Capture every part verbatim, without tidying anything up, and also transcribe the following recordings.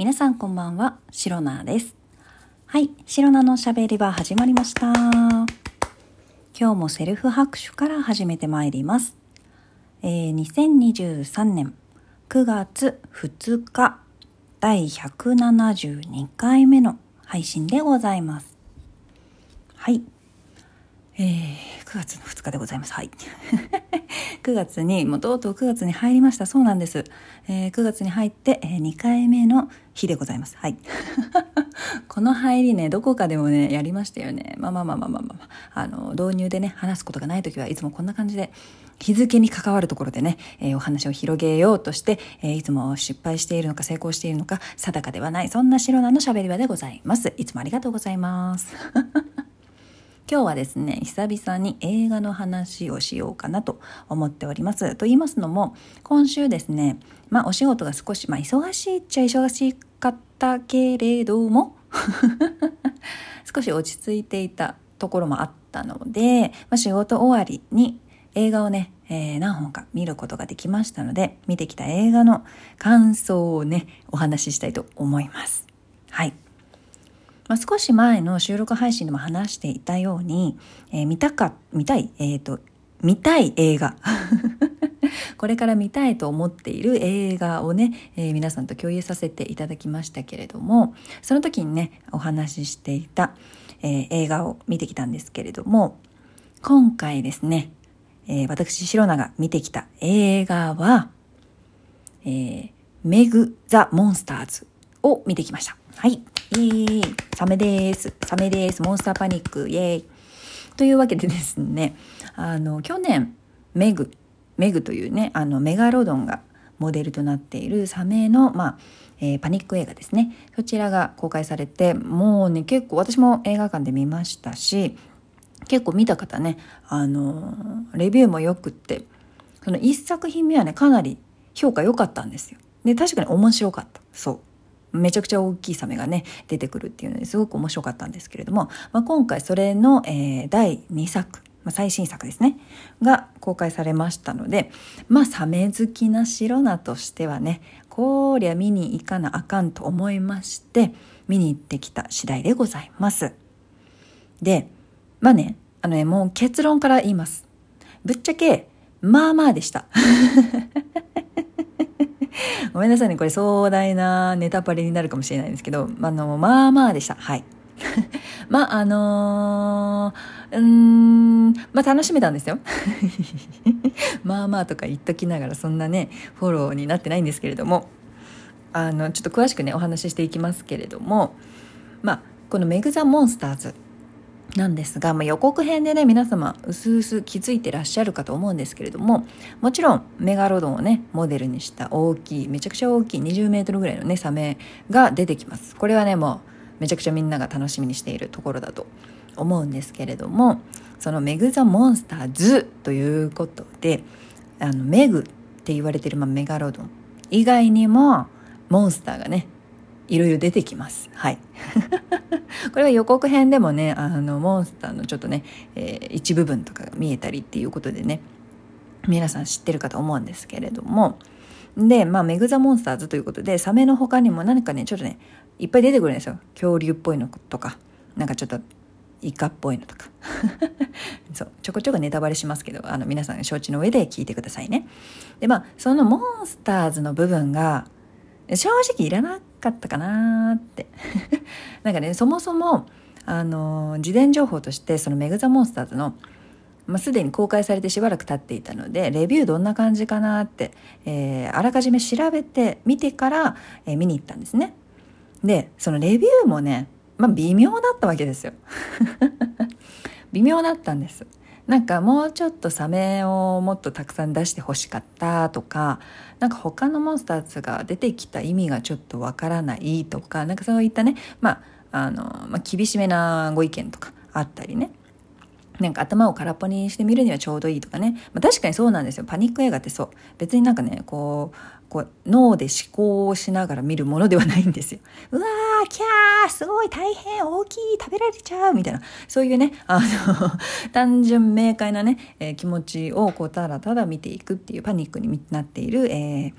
皆さんこんばんは、シロナです。はい、シロナのしゃべり場始まりました。今日もセルフ拍手から始めてまいります。えー、にせんにじゅうさんねんくがつふつかだいひゃくななじゅうにかいめの配信でございます。はい、えー、くがつのふつかでございます。はいくがつにもうとうとうくがつに入りました。そうなんです、えー、くがつに入って、えー、にかいめの日でございます。はいこの入りね、どこかでもねやりましたよね。まあまあまあまあまあまあ、あの導入でね話すことがないときはいつもこんな感じで日付に関わるところでね、えー、お話を広げようとして、えー、いつも失敗しているのか成功しているのか定かではない、そんなシロナのしゃべり場でございます。いつもありがとうございます今日はですね、久々に映画の話をしようかなと思っております。と言いますのも、今週ですね、まあお仕事が少し、まあ忙しいっちゃ忙しかったけれども少し落ち着いていたところもあったので、まあ、仕事終わりに映画をね、えー、何本か見ることができましたので、見てきた映画の感想をね、お話ししたいと思います。はい。まあ、少し前の収録配信でも話していたように、えー、見たか、見たい、えっと、見たい映画。これから見たいと思っている映画をね、えー、皆さんと共有させていただきましたけれども、その時にね、お話ししていた、えー、映画を見てきたんですけれども、今回ですね、えー、私、シロナが見てきた映画は、えー、メグ・ザ・モンスターズを見てきました。はい。イエーイ。サメです。サメです。モンスターパニック。イエーイ。というわけでですね、あの、去年、メグ、メグというね、あの、メガロドンがモデルとなっているサメの、まあ、えー、パニック映画ですね。そちらが公開されて、もうね、結構私も映画館で見ましたし、結構見た方ね、あのー、レビューもよくって、その一作品目はね、かなり評価良かったんですよ。で、確かに面白かった。そう。めちゃくちゃ大きいサメがね出てくるっていうのですごく面白かったんですけれども、まあ、今回それの、えー、だいにさく、まあ、最新作ですねが公開されましたので、まあサメ好きなシロナとしてはね、こりゃ見に行かなあかんと思いまして見に行ってきた次第でございます。で、まあね、あのね、もう結論から言います。ぶっちゃけまあまあでしたごめんなさいね、これ壮大なネタバレになるかもしれないんですけど、あの、まあまあでした。はい。まあ、あのー、うーん、まあ楽しめたんですよ。まあまあとか言っときながらそんなね、フォローになってないんですけれども、あの、ちょっと詳しくね、お話ししていきますけれども、まあ、このメグ・ザ・モンスターズなんですが、まあ、予告編でね皆様うすうす気づいてらっしゃるかと思うんですけれども、もちろんメガロドンをねモデルにした大きい、めちゃくちゃ大きいにじゅうメートルぐらいのねサメが出てきます。これはねもうめちゃくちゃみんなが楽しみにしているところだと思うんですけれども、そのメグ・ザ・モンスターズということで、あのメグって言われている、まあ、メガロドン以外にもモンスターがねいろいろ出てきます。はいこれは予告編でもね、あのモンスターのちょっとね、えー、一部分とかが見えたりっていうことでね、皆さん知ってるかと思うんですけれども、で、まあメグ・ザ・モンスターズということで、サメの他にも何かねちょっとねいっぱい出てくるんですよ。恐竜っぽいのとか、なんかちょっとイカっぽいのとかそうちょこちょこネタバレしますけど、あの皆さん承知の上で聞いてくださいね。で、まあそのモンスターズの部分が正直いらなかったかなってなんかね、そもそもあの事前情報としてそのメグ・ザ・モンスターズの、まあ、すでに公開されてしばらく経っていたので、レビューどんな感じかなって、えー、あらかじめ調べてみてから、えー、見に行ったんですね。で、そのレビューもね、まあ、微妙だったわけですよ微妙だったんです。なんかもうちょっとサメをもっとたくさん出してほしかったとか、なんか他のモンスターズが出てきた意味がちょっとわからないとか、なんかそういったね、まああの、まあ、厳しめなご意見とかあったりね、なんか頭を空っぽにしてみるにはちょうどいいとかね、まあ、確かにそうなんですよ。パニック映画ってそう、別になんかねこうこう脳で思考をしながら見るものではないんですよ。うわーキャーすごい大変大きい食べられちゃうみたいな、そういうねあの単純明快なね、えー、気持ちをこうただただ見ていくっていうパニックになっている、えー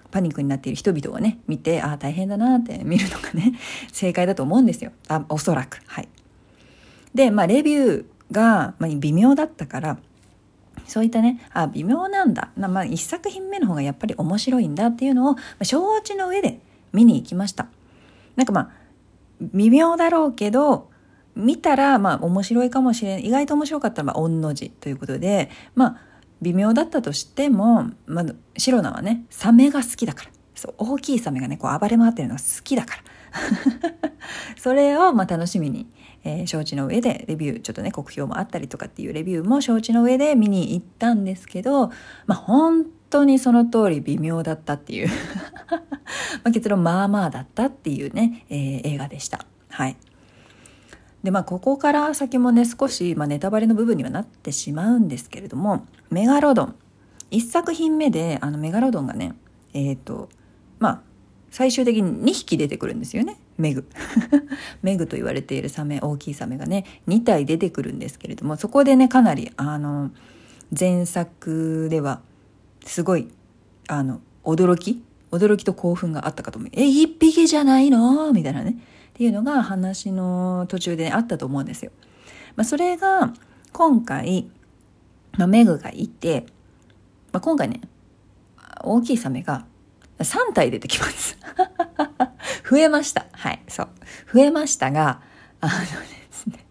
パニックになっている人々をね見て、ああ大変だなって見るのがね正解だと思うんですよ。あおそらく。はい。でまあレビューが、まあ、微妙だったから、そういったね、あ微妙なんだ、まあ、一作品目の方がやっぱり面白いんだっていうのを、まあ、承知の上で見に行きました。なんかまあ微妙だろうけど見たらまあ面白いかもしれない、意外と面白かったらまあ御の字ということで、まあ微妙だったとしても、まあ、シロナはねサメが好きだから、そう大きいサメがねこう暴れ回ってるのが好きだからそれをまあ楽しみに、えー、承知の上でレビューちょっとね酷評もあったりとかっていうレビューも承知の上で見に行ったんですけど、まあ本当にその通り微妙だったっていうまあ結論まあまあだったっていうね、えー、映画でした。はい。でまあここから先もね少し、まあ、ネタバレの部分にはなってしまうんですけれども、メガロドン一作品目であのメガロドンがねえっとまあ最終的ににひき出てくるんですよね。メグメグと言われているサメ、大きいサメがねにたい出てくるんですけれども、そこでねかなりあの前作ではすごいあの驚き驚きと興奮があったかと思う。え一匹じゃないのみたいなねっていうのが話の途中で、ね、あったと思うんですよ。まあ、それが今回、まあ、メグがいて、まあ、今回ね大きいサメがさんたい出てきます増えました。はい、そう増えましたが、あのですね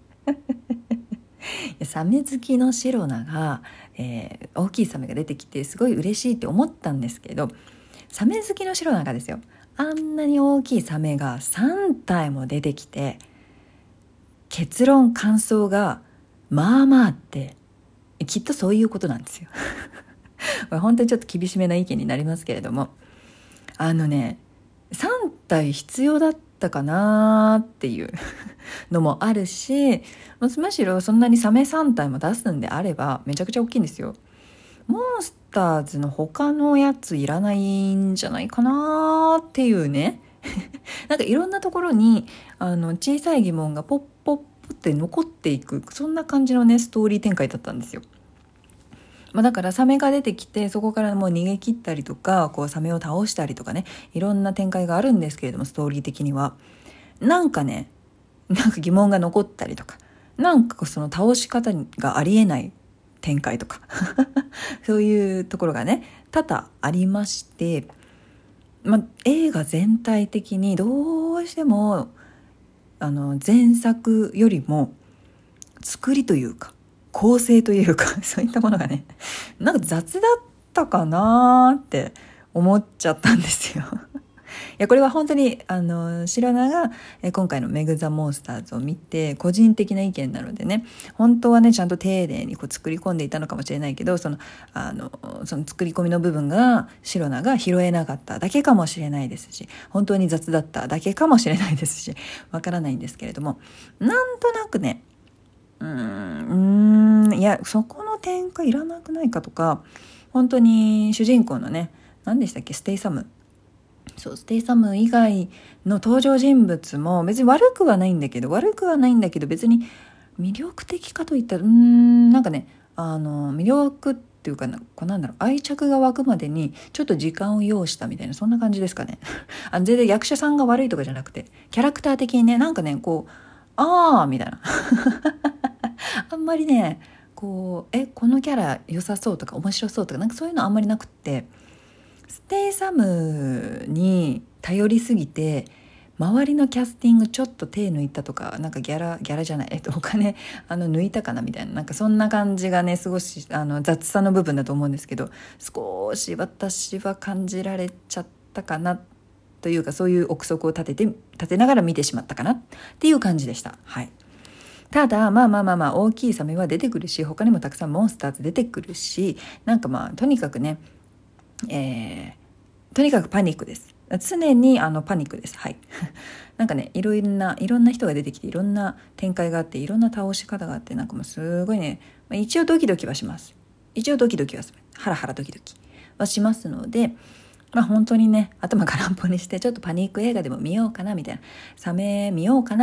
サメ好きのシロナが、えー、大きいサメが出てきてすごい嬉しいって思ったんですけど、サメ好きのシロナがですよ、あんなに大きいサメがさんたいも出てきて、結論感想がまあまあってきっとそういうことなんですよ本当にちょっと厳しめな意見になりますけれども、あのねさんたい必要だったかなっていうのもあるし、むしろそんなにサメさんたいも出すんであればめちゃくちゃ大きいんですよ。モンスターズの他のやついらないんじゃないかなっていうねなんかいろんなところにあの小さい疑問がポッポッポって残っていく、そんな感じのねストーリー展開だったんですよ。まあ、だからサメが出てきてそこからもう逃げ切ったりとか、こうサメを倒したりとかね、いろんな展開があるんですけれども、ストーリー的にはなんかねなんか疑問が残ったりとか、なんかその倒し方がありえない展開とかそういうところがね多々ありまして、まあ、映画全体的にどうしてもあの前作よりも作りというか構成というかそういったものがねなんか雑だったかなって思っちゃったんですよいやこれは本当にあのシロナがえ今回のメグ・ザ・モンスターズを見て個人的な意見なのでね、本当はねちゃんと丁寧にこう作り込んでいたのかもしれないけど、そのあのその作り込みの部分がシロナが拾えなかっただけかもしれないですし、本当に雑だっただけかもしれないですし、わからないんですけれども、なんとなくねうーんうーんいやそこの展開いらなくないかとか、本当に主人公のね何でしたっけ、ステイサムそうステイサム以外の登場人物も別に悪くはないんだけど悪くはないんだけど別に魅力的かといったらうーんなんかねあの魅力っていうかな、こうなんだろう愛着が湧くまでにちょっと時間を要したみたいな、そんな感じですかねあの全然役者さんが悪いとかじゃなくてキャラクター的にねなんかねこうあーみたいなあんまりねこうえこのキャラ良さそうとか面白そうとかなんかそういうのあんまりなくって、ステイサムに頼りすぎて周りのキャスティングちょっと手抜いたとか、なんかギャラギャラじゃないえっとお金あの抜いたかなみたいな、なんかそんな感じがね少しあの雑さの部分だと思うんですけど、少し私は感じられちゃったかなというか、そういう憶測を立てて立てながら見てしまったかなっていう感じでした。はい。ただまあまあまあまあ大きいサメは出てくるし、他にもたくさんモンスターズ出てくるし、なんかまあとにかくねえー、とにかくパニックです。常にあのパニックです。はいなんかねいろんないろんな人が出てきていろんな展開があっていろんな倒し方があって、なんかもうすごいね、まあ、一応ドキドキはします一応ドキドキはするハラハラドキドキはしますので、まあ本当にね頭空っぽにしてちょっとパニック映画でも見ようかなみたいな、サメ見ようかな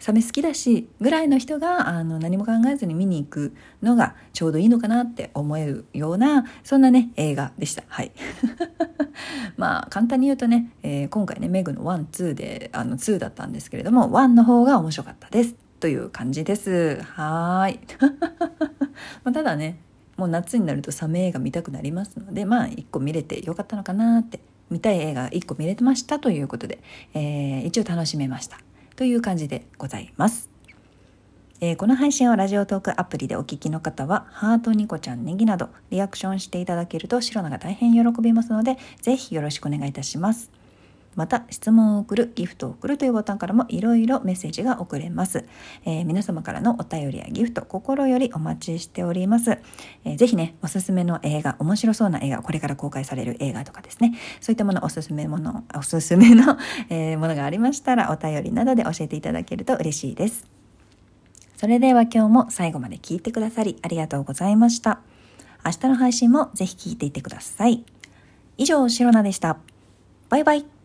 サメ好きだしぐらいの人があの何も考えずに見に行くのがちょうどいいのかなって思えるようなそんなね映画でした。はいまあ簡単に言うとね、えー、今回ねメグのワン、ツーであのツーだったんですけれどもワンの方が面白かったですという感じです。はーいまあただねもう夏になるとサメ映画見たくなりますのでまあいっこ見れてよかったのかなって見たい映画いっこ見れてましたということで、えー、一応楽しめましたという感じでございます。えー、この配信をラジオトークアプリでお聞きの方はハート、ニコちゃん、ネギなどリアクションしていただけるとシロナが大変喜びますのでぜひよろしくお願いいたします。また質問を送る、ギフトを送るというボタンからもいろいろメッセージが送れます、えー、皆様からのお便りやギフト心よりお待ちしております、えー、ぜひねおすすめの映画面白そうな映画これから公開される映画とかですねそういったものおすすめものおすすめの、えー、ものがありましたらお便りなどで教えていただけると嬉しいです。それでは今日も最後まで聞いてくださりありがとうございました。明日の配信もぜひ聞いていてください。以上シロナでした。バイバイ。